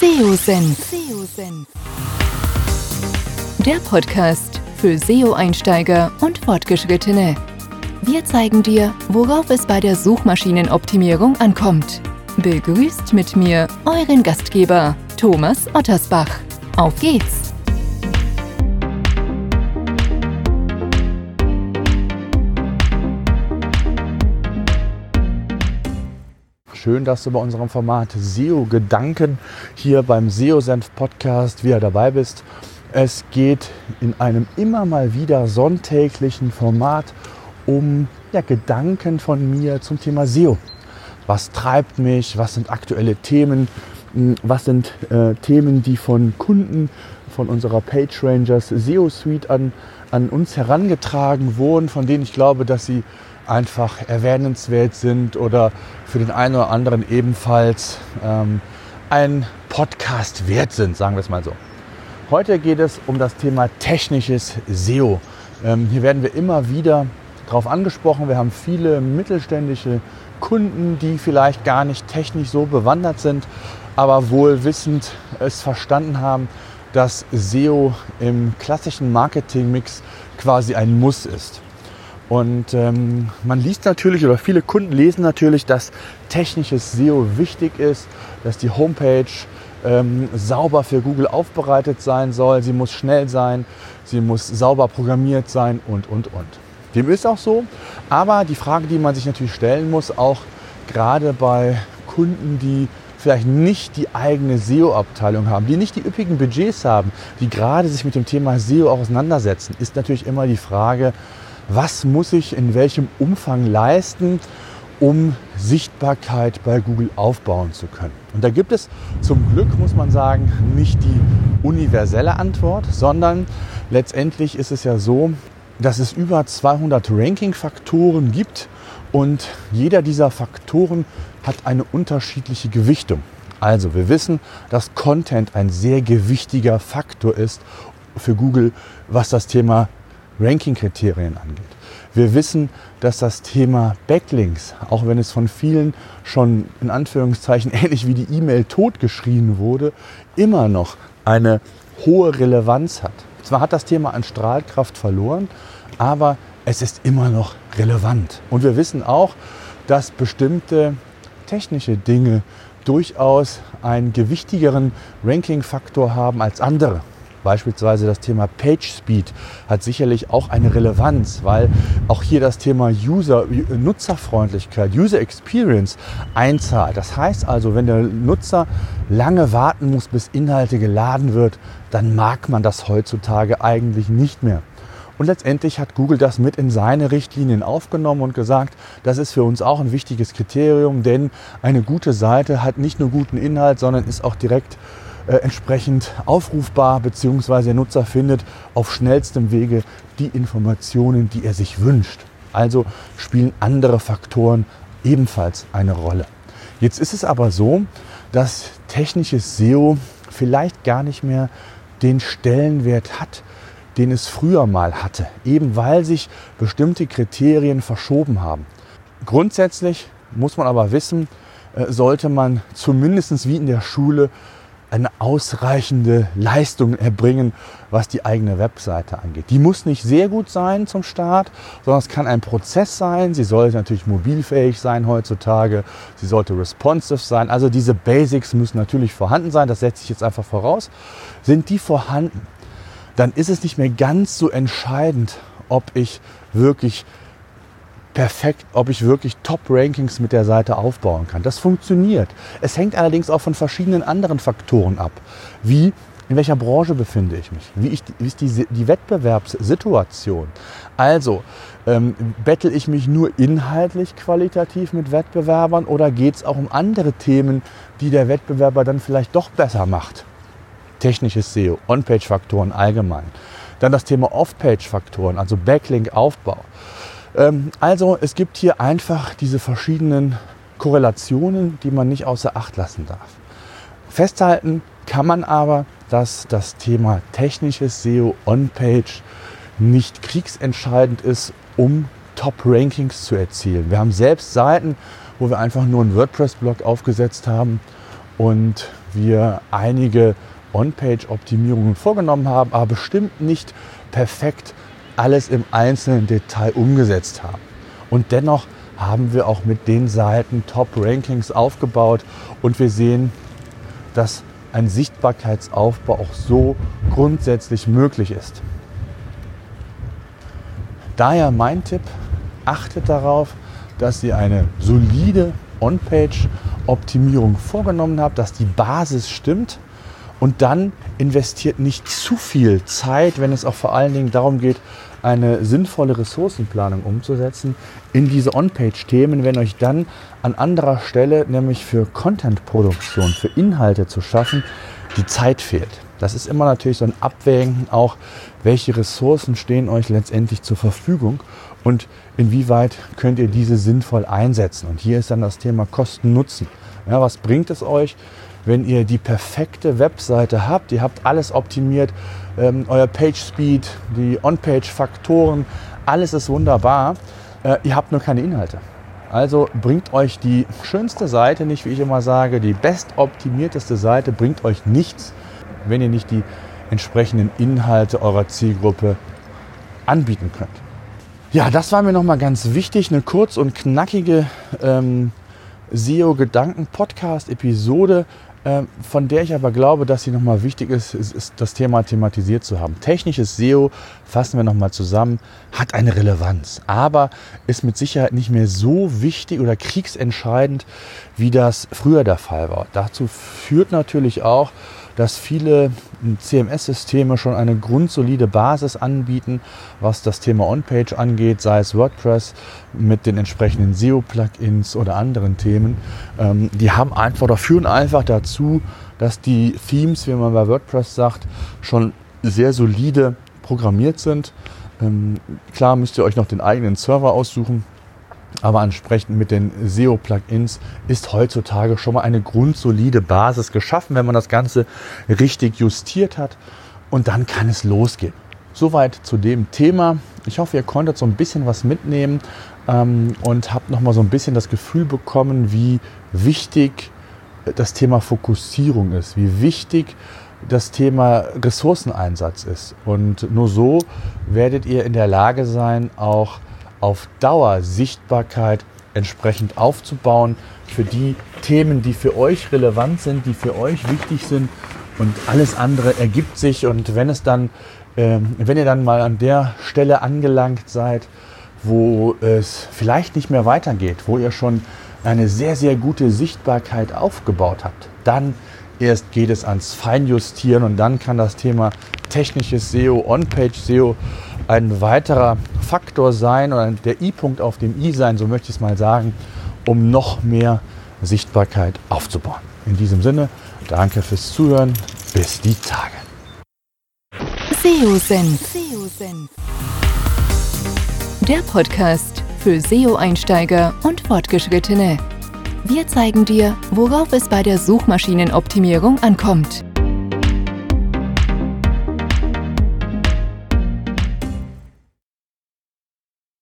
SEO-Senf. Der Podcast für SEO-Einsteiger und Fortgeschrittene. Wir zeigen dir, worauf es bei der Suchmaschinenoptimierung ankommt. Begrüßt mit mir euren Gastgeber, Thomas Ottersbach. Auf geht's! Schön, dass du bei unserem Format SEO-Gedanken hier beim SEO-Senf-Podcast wieder dabei bist. Es geht in einem immer mal wieder sonntäglichen Format um Gedanken von mir zum Thema SEO. Was treibt mich? Was sind aktuelle Themen? Was sind Themen, die von Kunden, von unserer PageRangers SEO Suite an uns herangetragen wurden, von denen ich glaube, dass sie einfach erwähnenswert sind oder für den einen oder anderen ebenfalls ein Podcast wert sind, sagen wir es mal so. Heute geht es um das Thema technisches SEO. Hier werden wir immer wieder drauf angesprochen. Wir haben viele mittelständische Kunden, die vielleicht gar nicht technisch so bewandert sind, aber wohl wissend es verstanden haben, dass SEO im klassischen Marketingmix quasi ein Muss ist. Und man liest natürlich, oder viele Kunden lesen natürlich, dass technisches SEO wichtig ist, dass die Homepage sauber für Google aufbereitet sein soll, sie muss schnell sein, sie muss sauber programmiert sein und. Dem ist auch so, aber die Frage, die man sich natürlich stellen muss, auch gerade bei Kunden, die vielleicht nicht die eigene SEO-Abteilung haben, die nicht die üppigen Budgets haben, die gerade sich mit dem Thema SEO auseinandersetzen, ist natürlich immer die Frage, was muss ich in welchem Umfang leisten, um Sichtbarkeit bei Google aufbauen zu können? Und da gibt es zum Glück, muss man sagen, nicht die universelle Antwort, sondern letztendlich ist es ja so, dass es über 200 Ranking-Faktoren gibt und jeder dieser Faktoren hat eine unterschiedliche Gewichtung. Also wir wissen, dass Content ein sehr gewichtiger Faktor ist für Google, was das Thema Ranking-Kriterien angeht. Wir wissen, dass das Thema Backlinks, auch wenn es von vielen schon in Anführungszeichen ähnlich wie die E-Mail totgeschrien wurde, immer noch eine hohe Relevanz hat. Zwar hat das Thema an Strahlkraft verloren, aber es ist immer noch relevant. Und wir wissen auch, dass bestimmte technische Dinge durchaus einen gewichtigeren Ranking-Faktor haben als andere. Beispielsweise das Thema Page Speed hat sicherlich auch eine Relevanz, weil auch hier das Thema Nutzerfreundlichkeit, User Experience einzahlt. Das heißt also, wenn der Nutzer lange warten muss, bis Inhalte geladen wird, dann mag man das heutzutage eigentlich nicht mehr. Und letztendlich hat Google das mit in seine Richtlinien aufgenommen und gesagt, das ist für uns auch ein wichtiges Kriterium, denn eine gute Seite hat nicht nur guten Inhalt, sondern ist auch direkt entsprechend aufrufbar, beziehungsweise der Nutzer findet auf schnellstem Wege die Informationen, die er sich wünscht. Also spielen andere Faktoren ebenfalls eine Rolle. Jetzt ist es aber so, dass technisches SEO vielleicht gar nicht mehr den Stellenwert hat, den es früher mal hatte, eben weil sich bestimmte Kriterien verschoben haben. Grundsätzlich muss man aber wissen, sollte man zumindest wie in der Schule eine ausreichende Leistung erbringen, was die eigene Webseite angeht. Die muss nicht sehr gut sein zum Start, sondern es kann ein Prozess sein. Sie sollte natürlich mobilfähig sein heutzutage. Sie sollte responsive sein. Also diese Basics müssen natürlich vorhanden sein. Das setze ich jetzt einfach voraus. Sind die vorhanden, dann ist es nicht mehr ganz so entscheidend, ob ich wirklich Top-Rankings mit der Seite aufbauen kann. Das funktioniert. Es hängt allerdings auch von verschiedenen anderen Faktoren ab. Wie, in welcher Branche befinde ich mich? Wie ist die Wettbewerbssituation? Also, bettel ich mich nur inhaltlich qualitativ mit Wettbewerbern oder geht es auch um andere Themen, die der Wettbewerber dann vielleicht doch besser macht? Technisches SEO, On-Page-Faktoren allgemein. Dann das Thema Off-Page-Faktoren, also Backlink-Aufbau. Also es gibt hier einfach diese verschiedenen Korrelationen, die man nicht außer Acht lassen darf. Festhalten kann man aber, dass das Thema technisches SEO On-Page nicht kriegsentscheidend ist, um Top-Rankings zu erzielen. Wir haben selbst Seiten, wo wir einfach nur einen WordPress-Blog aufgesetzt haben und wir einige On-Page-Optimierungen vorgenommen haben, aber bestimmt nicht perfekt alles im einzelnen Detail umgesetzt haben. Und dennoch haben wir auch mit den Seiten Top-Rankings aufgebaut und wir sehen, dass ein Sichtbarkeitsaufbau auch so grundsätzlich möglich ist. Daher mein Tipp, achtet darauf, dass ihr eine solide On-Page-Optimierung vorgenommen habt, dass die Basis stimmt und dann investiert nicht zu viel Zeit, wenn es auch vor allen Dingen darum geht, eine sinnvolle Ressourcenplanung umzusetzen in diese On-Page-Themen, wenn euch dann an anderer Stelle, nämlich für Content-Produktion, für Inhalte zu schaffen, die Zeit fehlt. Das ist immer natürlich so ein Abwägen auch, welche Ressourcen stehen euch letztendlich zur Verfügung und inwieweit könnt ihr diese sinnvoll einsetzen. Und hier ist dann das Thema Kosten-Nutzen. Ja, was bringt es euch, wenn ihr die perfekte Webseite habt, ihr habt alles optimiert, euer Page-Speed, die On-Page-Faktoren, alles ist wunderbar, ihr habt nur keine Inhalte. Also bringt euch die schönste Seite nicht, wie ich immer sage, die bestoptimierteste Seite bringt euch nichts, wenn ihr nicht die entsprechenden Inhalte eurer Zielgruppe anbieten könnt. Ja, das war mir nochmal ganz wichtig, eine kurz und knackige SEO-Gedanken-Podcast-Episode, von der ich aber glaube, dass sie nochmal wichtig ist das Thema thematisiert zu haben. Technisches SEO, fassen wir nochmal zusammen, hat eine Relevanz, aber ist mit Sicherheit nicht mehr so wichtig oder kriegsentscheidend, wie das früher der Fall war. Dazu führt natürlich auch, dass viele CMS-Systeme schon eine grundsolide Basis anbieten, was das Thema On-Page angeht, sei es WordPress mit den entsprechenden SEO-Plugins oder anderen Themen. Die haben einfach oder führen einfach dazu, dass die Themes, wie man bei WordPress sagt, schon sehr solide programmiert sind. Klar müsst ihr euch noch den eigenen Server aussuchen, aber entsprechend mit den SEO-Plugins ist heutzutage schon mal eine grundsolide Basis geschaffen, wenn man das Ganze richtig justiert hat. Und dann kann es losgehen. Soweit zu dem Thema. Ich hoffe, ihr konntet so ein bisschen was mitnehmen und habt noch mal so ein bisschen das Gefühl bekommen, wie wichtig das Thema Fokussierung ist, wie wichtig das Thema Ressourceneinsatz ist. Und nur so werdet ihr in der Lage sein, auch auf Dauer Sichtbarkeit entsprechend aufzubauen für die Themen, die für euch relevant sind, die für euch wichtig sind, und alles andere ergibt sich. Und wenn ihr dann mal an der Stelle angelangt seid, wo es vielleicht nicht mehr weitergeht, wo ihr schon eine sehr, sehr gute Sichtbarkeit aufgebaut habt, dann erst geht es ans Feinjustieren und dann kann das Thema technisches SEO, On-Page-SEO ein weiterer Faktor sein oder der I-Punkt auf dem I sein, so möchte ich es mal sagen, um noch mehr Sichtbarkeit aufzubauen. In diesem Sinne, danke fürs Zuhören, bis die Tage. SEO-Senf. Der Podcast für SEO-Einsteiger und Fortgeschrittene. Wir zeigen dir, worauf es bei der Suchmaschinenoptimierung ankommt.